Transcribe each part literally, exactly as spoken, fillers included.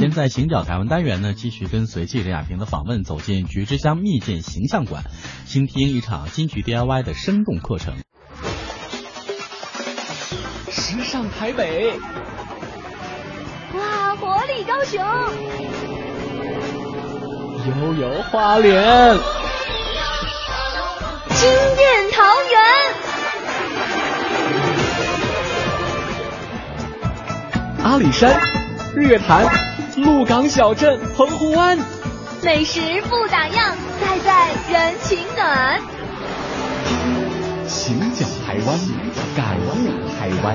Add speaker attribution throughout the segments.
Speaker 1: 现在行脚台湾单元呢，继续跟随记者亚萍的访问，走进菊之乡蜜饯形象馆，倾听一场金桔 D I Y 的生动课程。
Speaker 2: 时尚台北，
Speaker 3: 哇，活力高雄，
Speaker 2: 悠游花莲，
Speaker 3: 惊艳桃
Speaker 2: 园，阿里山、日月潭、鹿港小镇、澎湖湾，
Speaker 3: 美食不打烊，再在人情暖。
Speaker 2: 行脚台湾，感悟台湾。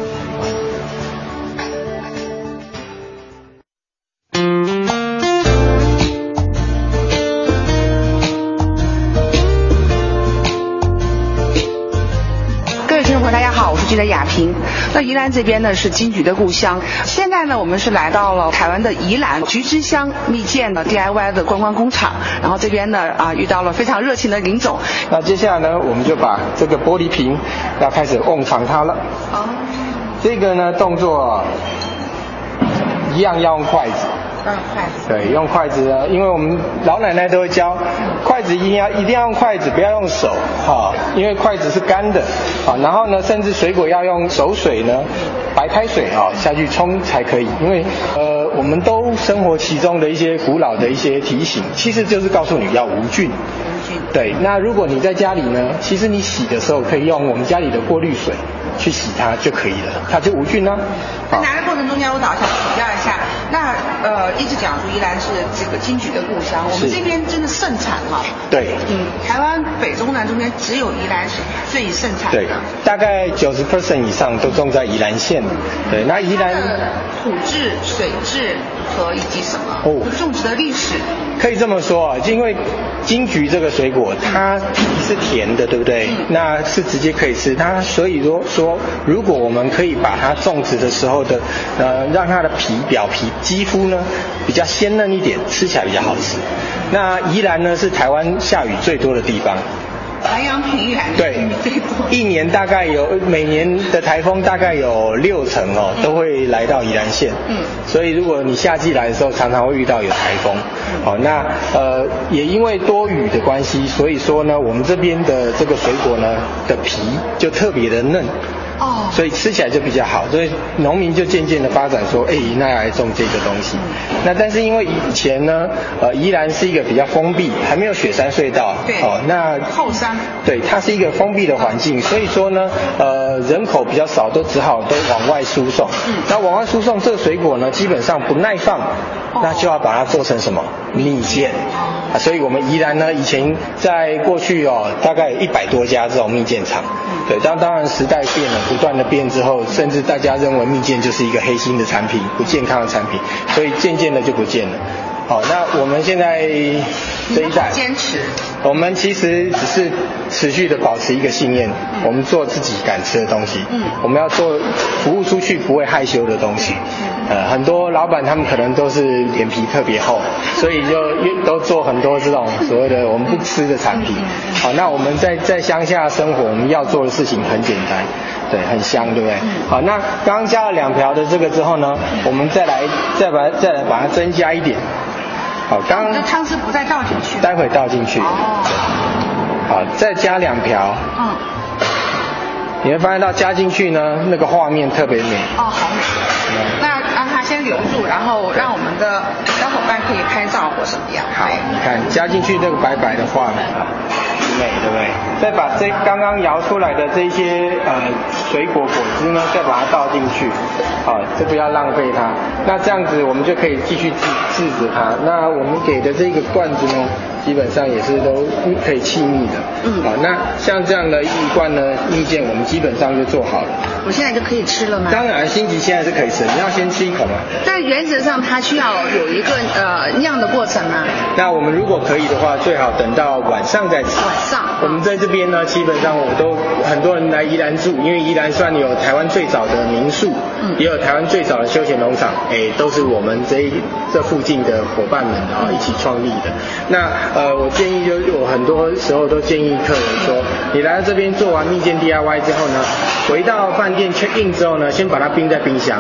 Speaker 4: 大家好，我是记者亚萍。那宜兰这边呢是金桔的故乡，现在呢我们是来到了台湾的宜兰菊之乡蜜饯的 D I Y 的观光工厂，然后这边呢啊遇到了非常热情的林总。
Speaker 5: 那接下来呢我们就把这个玻璃瓶要开始瓮藏它了。哦。这个呢动作一样要用筷子。
Speaker 4: 用筷子。
Speaker 5: 对，用筷子呢，因为我们老奶奶都会教，筷子一定要一定要用筷子，不要用手，哈、哦，因为筷子是干的，啊，然后呢，甚至水果要用手水呢，白开水啊、哦、下去冲才可以，因为呃，我们都生活其中的一些古老的一些提醒，其实就是告诉你要无菌。对，那如果你在家里呢，其实你洗的时候可以用我们家里的过滤水去洗它就可以了，它就无菌了。
Speaker 4: 在拿的过程中间，我倒想请教一下，那呃一直讲说宜兰是这个金桔的故乡，我们这边真的盛产哈。
Speaker 5: 对。
Speaker 4: 嗯，台湾北中南中间只有宜兰是最盛产的。
Speaker 5: 对，大概九十 percent 以上都种在宜兰县。对，那宜兰
Speaker 4: 土质、水质和以及什么哦种植的历史。
Speaker 5: 可以这么说啊，因为金桔这个水果它皮是甜的，对不对？嗯、那是直接可以吃它，所以说说如果我们可以把它种植的时候的呃让它的皮表皮肌肤呢比较鲜嫩一点，吃起来比较好吃。那宜兰呢是台湾下雨最多的地方。
Speaker 4: 南洋平原
Speaker 5: 对，一年大概有每年的台风大概有六成哦，都会来到宜兰县。嗯，所以如果你夏季来的时候，常常会遇到有台风。好、哦，那呃也因为多雨的关系，所以说呢，我们这边的这个水果呢的皮就特别的嫩。哦，所以吃起来就比较好，所以农民就渐渐的发展说，哎，那来种这个东西。嗯、那但是因为以前呢，呃，宜兰是一个比较封闭，还没有雪山隧道，
Speaker 4: 对，
Speaker 5: 哦，那
Speaker 4: 后山，
Speaker 5: 对，它是一个封闭的环境，所以说呢，呃，人口比较少，都只好都往外输送。嗯，那往外输送这个水果呢，基本上不耐放，哦、那就要把它做成什么蜜饯。啊，所以我们宜兰呢，以前在过去哦，大概有一百多家这种蜜饯厂。对，当当然时代变了，不断的变之后，甚至大家认为蜜饯就是一个黑心的产品，不健康的产品，所以渐渐的就不见了。好，那我们现在这一代
Speaker 4: 坚持，
Speaker 5: 我们其实只是持续的保持一个信念，嗯、我们做自己敢吃的东西，嗯，我们要做服务出去不会害羞的东西。呃，很多老板他们可能都是脸皮特别厚，所以就都做很多这种所谓的我们不吃的产品。好，那我们在在乡下生活，我们要做的事情很简单，对，很香，对不对？好，那刚刚加了两瓢的这个之后呢，我们再来再把再来把它增加一点。好，刚刚
Speaker 4: 这汤汁不再倒进去，
Speaker 5: 待会倒进去。哦。好，再加两瓢。嗯。你会发现到加进去呢，那个画面特别美。
Speaker 4: 哦，好美。嗯、那让它先留住，然后让我们的小伙伴可以拍照或什么样。
Speaker 5: 好，你看加进去那个白白的画面啊，美，对不对？再把这刚刚摇出来的这些呃水果果汁呢，再把它倒进去。好，这不要浪费它。那这样子我们就可以继续制制止它。那我们给的这个罐子呢，基本上也是都可以气密的。嗯。好，那像这样的一罐呢蜜饯，我们基本上就做好了。
Speaker 4: 我现在就可以吃了吗？
Speaker 5: 当然，心急现在是可以吃，你要先吃一口吗？
Speaker 4: 但原则上它需要有一个呃酿的过程吗？
Speaker 5: 那我们如果可以的话，最好等到晚上再吃。
Speaker 4: 晚上。
Speaker 5: 我们在这边呢，基本上我都很多人来宜兰住，因为宜兰算有台湾最早的民宿，嗯，也有台湾最早的休闲农场，哎，都是我们这一这附近的伙伴们啊一起创立的。那呃，我建议就我很多时候都建议客人说，你来到这边做完蜜饯 D I Y 之后呢，回到饭店 check in 之后呢，先把它冰在冰箱。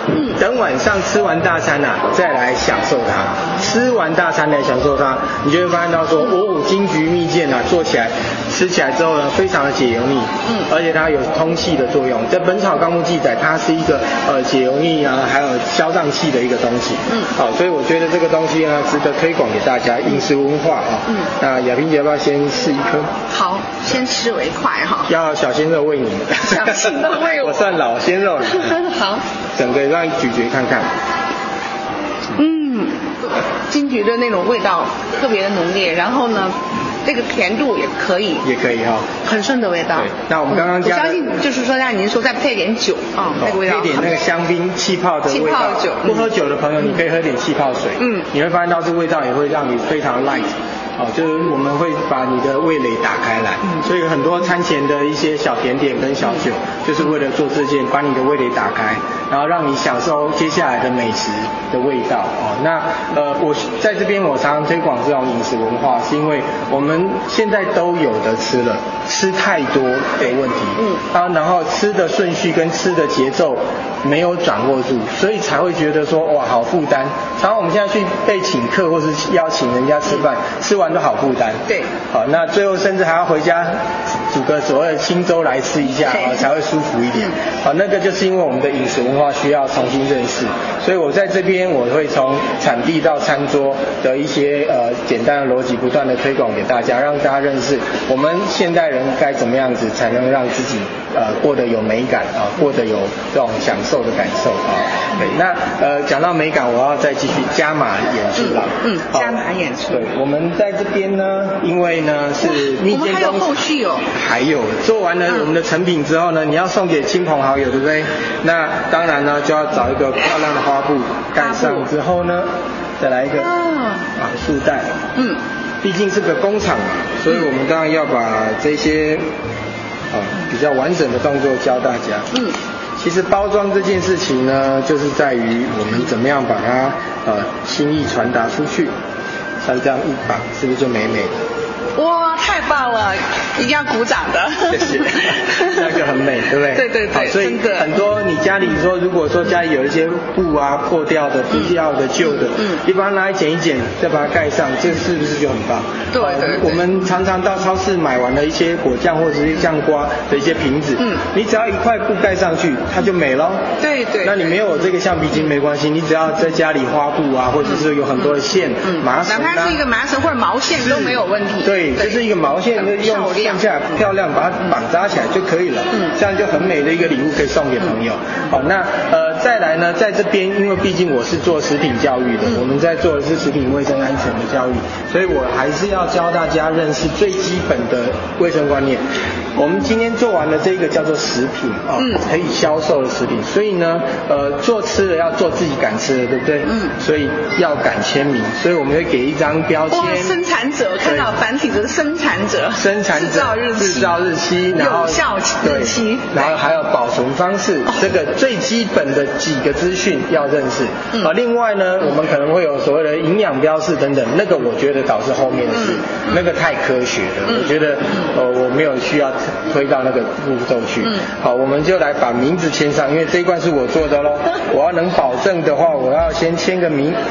Speaker 4: 嗯，
Speaker 5: 等晚上吃完大餐啊，再来享受它。吃完大餐来享受它，你就会发现到说，哦，金桔蜜饯啊，做起来吃起来之后呢，非常的解油腻，嗯，而且它有通气的作用。在《本草纲目》记载，它是一个呃解油腻啊，还有消胀气的一个东西，嗯，好，所以我觉得这个东西呢，值得推广给大家。饮食文化啊，嗯，那亚萍姐要不要先试一颗？
Speaker 4: 好，先吃为快哈。
Speaker 5: 要小鲜肉喂你，
Speaker 4: 小鲜肉喂我。
Speaker 5: 我算老鲜肉了。
Speaker 4: 好，
Speaker 5: 整个让你咀嚼看看。
Speaker 4: 嗯，金桔的那种味道特别的浓烈，然后呢，这个甜度也可以，
Speaker 5: 也可以哈、哦，
Speaker 4: 很顺的味道。
Speaker 5: 对，那我们刚刚加、
Speaker 4: 嗯，我相信就是说像您说再配点酒啊、哦，那个味道。
Speaker 5: 配点那个香槟气泡的味道。
Speaker 4: 气泡酒，
Speaker 5: 不喝酒的朋友，你可以喝点气泡水。嗯，你会发现到这味道也会让你非常 light。哦，就是我们会把你的味蕾打开来，嗯，所以很多餐前的一些小甜点跟小酒，就是为了做这件，把你的味蕾打开，然后让你享受接下来的美食的味道。哦，那呃，我在这边我常常推广这种饮食文化，是因为我们现在都有的吃了，吃太多的问题，嗯，啊，然后吃的顺序跟吃的节奏没有掌握住，所以才会觉得说哇好负担。然后我们现在去被请客或是邀请人家吃饭，吃完都好负担。
Speaker 4: 对，
Speaker 5: 好，那最后甚至还要回家煮个所谓的清粥来吃一下，哦，才会舒服一点。好，那个就是因为我们的饮食文化需要重新认识，所以我在这边我会从产地到餐桌的一些呃简单的逻辑不断的推广给大家，让大家认识我们现代人该怎么样子才能让自己呃过得有美感啊，过得有这种享受的感受啊。对，那呃讲到美感，我要再继续加码演出了。
Speaker 4: 嗯，嗯加码演出。
Speaker 5: 对，我们在这边呢，因为呢是蜜饯工厂，
Speaker 4: 还有后续哦。
Speaker 5: 还有做完了我们的成品之后呢，你要送给亲朋好友，对不对？那当然呢就要找一个漂亮的花布盖上之后呢，再来一个啊束带。嗯，毕竟是个工厂嘛，所以我们当然要把这些啊比较完整的动作教大家。嗯。其实包装这件事情呢，就是在于我们怎么样把它呃心意传达出去。像这样一绑，是不是就美美的？
Speaker 4: 哇，太棒了，一定要鼓掌的。
Speaker 5: 谢谢，那个很美，对不对？
Speaker 4: 对对对，
Speaker 5: 所以很多你家里说，如果说家里有一些布啊破掉的、不必要的、旧的，嗯，你把它拿来剪一剪，再把它盖上，这是不是就很棒？
Speaker 4: 对对。
Speaker 5: 我们常常到超市买完了一些果酱或者是酱瓜的一些瓶子，嗯，你只要一块布盖上去，它就美了。
Speaker 4: 对对。
Speaker 5: 那你没有这个橡皮筋没关系，你只要在家里花布啊，或者是有很多的线、麻绳啊，
Speaker 4: 哪怕是一个麻绳或者毛线都没有问题。
Speaker 5: 对，就是一个毛线就用线下漂亮把它绑扎起来就可以了，嗯，这样就很美的一个礼物可以送给朋友。好，那呃再来呢，在这边因为毕竟我是做食品教育的，我们在做的是食品卫生安全的教育，所以我还是要教大家认识最基本的卫生观念。我们今天做完了这个叫做食品啊，嗯，可以销售的食品，所以呢，呃，做吃的要做自己敢吃的，对不对？嗯，所以要敢签名，所以我们会给一张标签。
Speaker 4: 哇，生产者，看到繁体字生产者，
Speaker 5: 生产者
Speaker 4: 制造日期，
Speaker 5: 制造日期，然后
Speaker 4: 有效日期，
Speaker 5: 然后还有保存方式，哦，这个最基本的几个资讯要认识。嗯，啊，另外呢，我们可能会有所谓的营养标示等等，那个我觉得倒是后面的事，嗯，那个太科学了，嗯，我觉得呃我没有需要推到那个步骤去。嗯，好，我们就来把名字签上，因为这一罐是我做的咯，我要能保证的话，我要先签个名。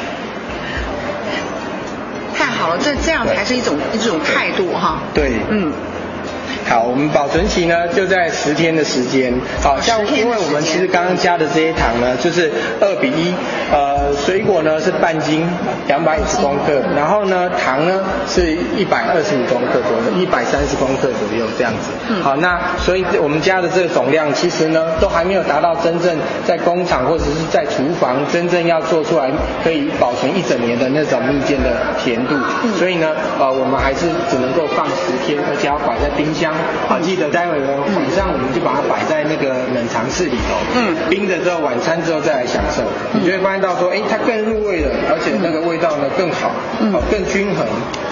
Speaker 4: 太好了，这这样才是一种一种态度哈。
Speaker 5: 对，嗯。好，我们保存期呢就在十天的时间。好，像因为我们其实刚刚加的这些糖呢，就是二比一，呃，水果呢是半斤，两百五十公克，然后呢糖呢是一百二十五公克左右，一百三十公克左右这样子。嗯。好，那所以我们加的这个总量，其实呢都还没有达到真正在工厂或者是在厨房真正要做出来可以保存一整年的那种蜜饯的甜度。嗯。所以呢，呃，我们还是只能够放十天，而且要摆在冰箱。好，记得待会晚上我们就把它摆在那个冷藏室里头，嗯，冰着之后晚餐之后再来享受，嗯，你就会发现到说，哎，它更入味了，而且那个味道呢更好，嗯，哦，更均衡。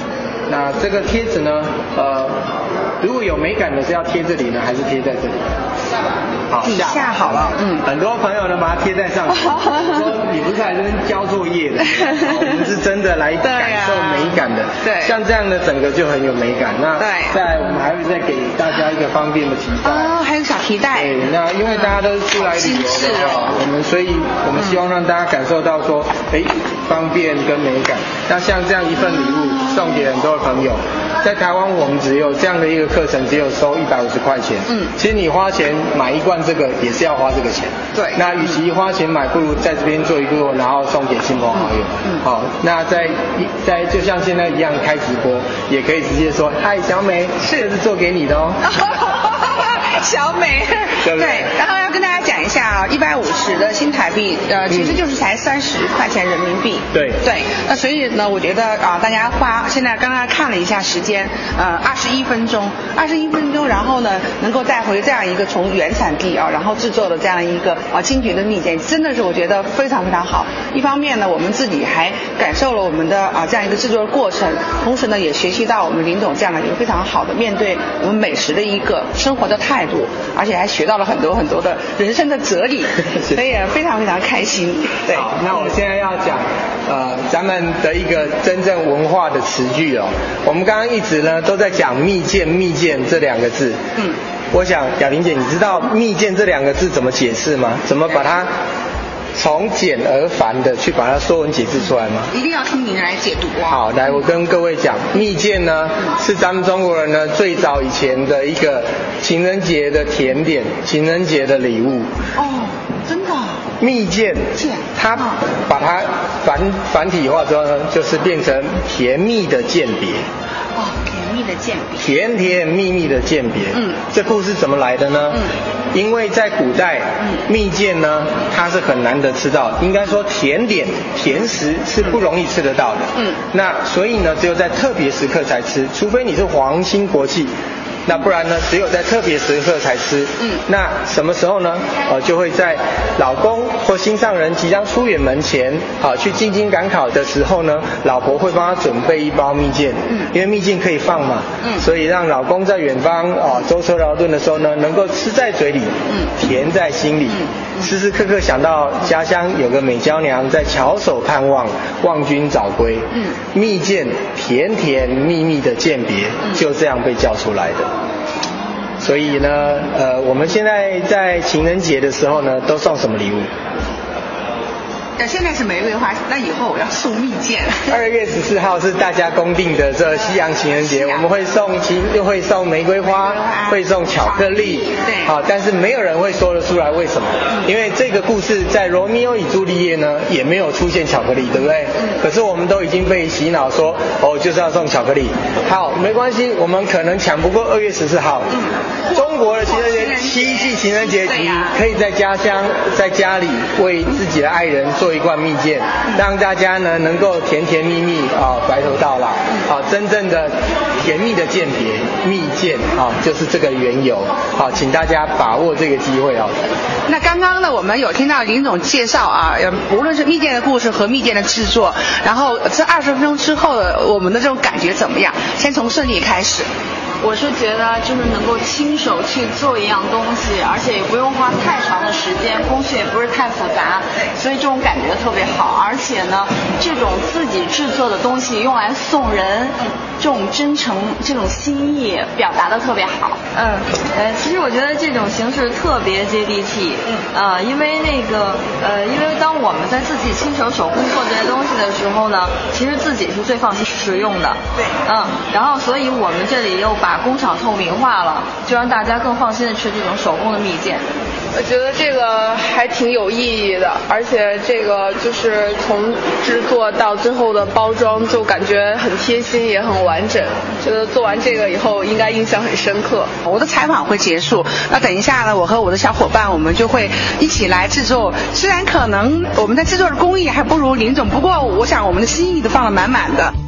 Speaker 5: 那这个贴纸呢，呃，如果有美感的是要贴这里呢，还是贴在这里？好，
Speaker 4: 底下好了，嗯。
Speaker 5: 很多朋友呢把它贴在上面，说你不是来这边交作业的，我们是真的来感受美感的。
Speaker 4: 对，
Speaker 5: 像这样的整个就很有美感。那
Speaker 4: 对，
Speaker 5: 再我们还会再给大家一个方便的提袋。
Speaker 4: 哦，还有小提袋。
Speaker 5: 对，那因为大家都是出来旅游的，
Speaker 4: 哦，
Speaker 5: 我们所以我们希望让大家感受到说，哎，方便跟美感。那像这样一份礼物送给很多的朋友，在台湾我们只有这样的一个课程，只有收一百五十块钱。嗯，其实你花钱买一罐这个也是要花这个钱。
Speaker 4: 对。
Speaker 5: 那与其花钱买，不如在这边做一个，然后送给亲朋好友。嗯。好，那在在就像现在一样开直播，也可以直接说，嗨，小美，这是做给你的哦。
Speaker 4: 小美，对，对，然后要跟大家讲一下啊，一百五十的新台币，呃，其实就是才三十块钱人民币。
Speaker 5: 对
Speaker 4: 对，那所以呢，我觉得啊，大家花现在刚刚看了一下时间，呃，二十一分钟，二十一分钟，然后呢，能够带回这样一个从原产地啊，然后制作的这样一个啊精绝的蜜饯，真的是我觉得非常非常好。一方面呢，我们自己还感受了我们的啊这样一个制作的过程，同时呢，也学习到我们林总这样的一个非常好的面对我们美食的一个生活的态度。而且还学到了很多很多的人生的哲理，所以也非常非常开心。对，
Speaker 5: 好，那我现在要讲，呃，咱们的一个真正文化的词句哦。我们刚刚一直呢都在讲蜜饯，蜜饯这两个字。嗯，我想雅萍姐，你知道蜜饯这两个字怎么解释吗？怎么把它从简而繁的去把它说文解字出来吗？
Speaker 4: 一定要听您来解读哦。
Speaker 5: 好，来，我跟各位讲，蜜饯呢是咱们中国人呢最早以前的一个情人节的甜点，情人节的礼物。
Speaker 4: 哦，真的。
Speaker 5: 蜜饯，它把它繁繁体化之后呢，就是变成甜蜜的饯别。
Speaker 4: 哦，甜蜜的饯别。
Speaker 5: 甜甜蜜蜜的饯别。嗯，这故事怎么来的呢？嗯。因为在古代，蜜饯呢，它是很难得吃到，应该说甜点、甜食是不容易吃得到的。嗯，那所以呢，只有在特别时刻才吃，除非你是皇亲国戚。那不然呢，只有在特别时刻才吃。嗯，那什么时候呢？呃，就会在老公或心上人即将出远门前，啊、呃，去进京赶考的时候呢，老婆会帮他准备一包蜜饯。嗯，因为蜜饯可以放嘛。嗯，所以让老公在远方啊、呃、舟车劳顿的时候呢，能够吃在嘴里，嗯，甜在心里，嗯，时时刻刻想到家乡有个美娇娘在翘首盼望，望君早归。嗯，蜜饯甜甜蜜蜜的饯别，就这样被叫出来的。所以呢，呃，我们现在在情人节的时候呢，都送什么礼物？
Speaker 4: 呃，现在是玫瑰花，那以后我要送蜜饯。
Speaker 5: 二月十四号是大家公定的这西洋情人节，我们会送情，又会送玫瑰花，会送巧克力。对，好，但是没有人会说得出来为什么，因为这个故事在《罗密欧与朱丽叶》呢也没有出现巧克力，对不对？嗯。可是我们都已经被洗脑说，哦，就是要送巧克力。好，没关系，我们可能抢不过二月十四号。嗯。中国的情人节，七夕情人节，你可以在家乡，在家里为自己的爱人做一罐蜜饯，让大家呢能够甜甜蜜蜜啊、哦，白头到老啊、哦，真正的甜蜜的饯别，蜜饯啊、哦，就是这个缘由。好、哦，请大家把握这个机会哦。
Speaker 4: 那刚刚呢，我们有听到林总介绍啊，无论是蜜饯的故事和蜜饯的制作，然后这二十分钟之后的我们的这种感觉怎么样？先从顺利开始。
Speaker 6: 我是觉得就是能够亲手去做一样东西，而且也不用花太长的时间，工序也不是太复杂，所以这种感觉特别好。而且呢，这种自己制作的东西用来送人，这种真诚、这种心意表达的特别好。
Speaker 7: 嗯，呃，其实我觉得这种形式特别接地气。嗯，呃，因为那个呃，因为当我们在自己亲手手工做这些东西的时候呢，其实自己是最放心使用的。对，嗯，然后所以我们这里又把工厂透明化了，就让大家更放心的吃这种手工的蜜饯。
Speaker 8: 我觉得这个还挺有意义的，而且这个就是从制作到最后的包装，就感觉很贴心也很完整。觉得做完这个以后应该印象很深刻。
Speaker 4: 我的采访会结束，那等一下呢，我和我的小伙伴我们就会一起来制作。虽然可能我们在制作的工艺还不如林总，不过我想我们的心意都放得满满的。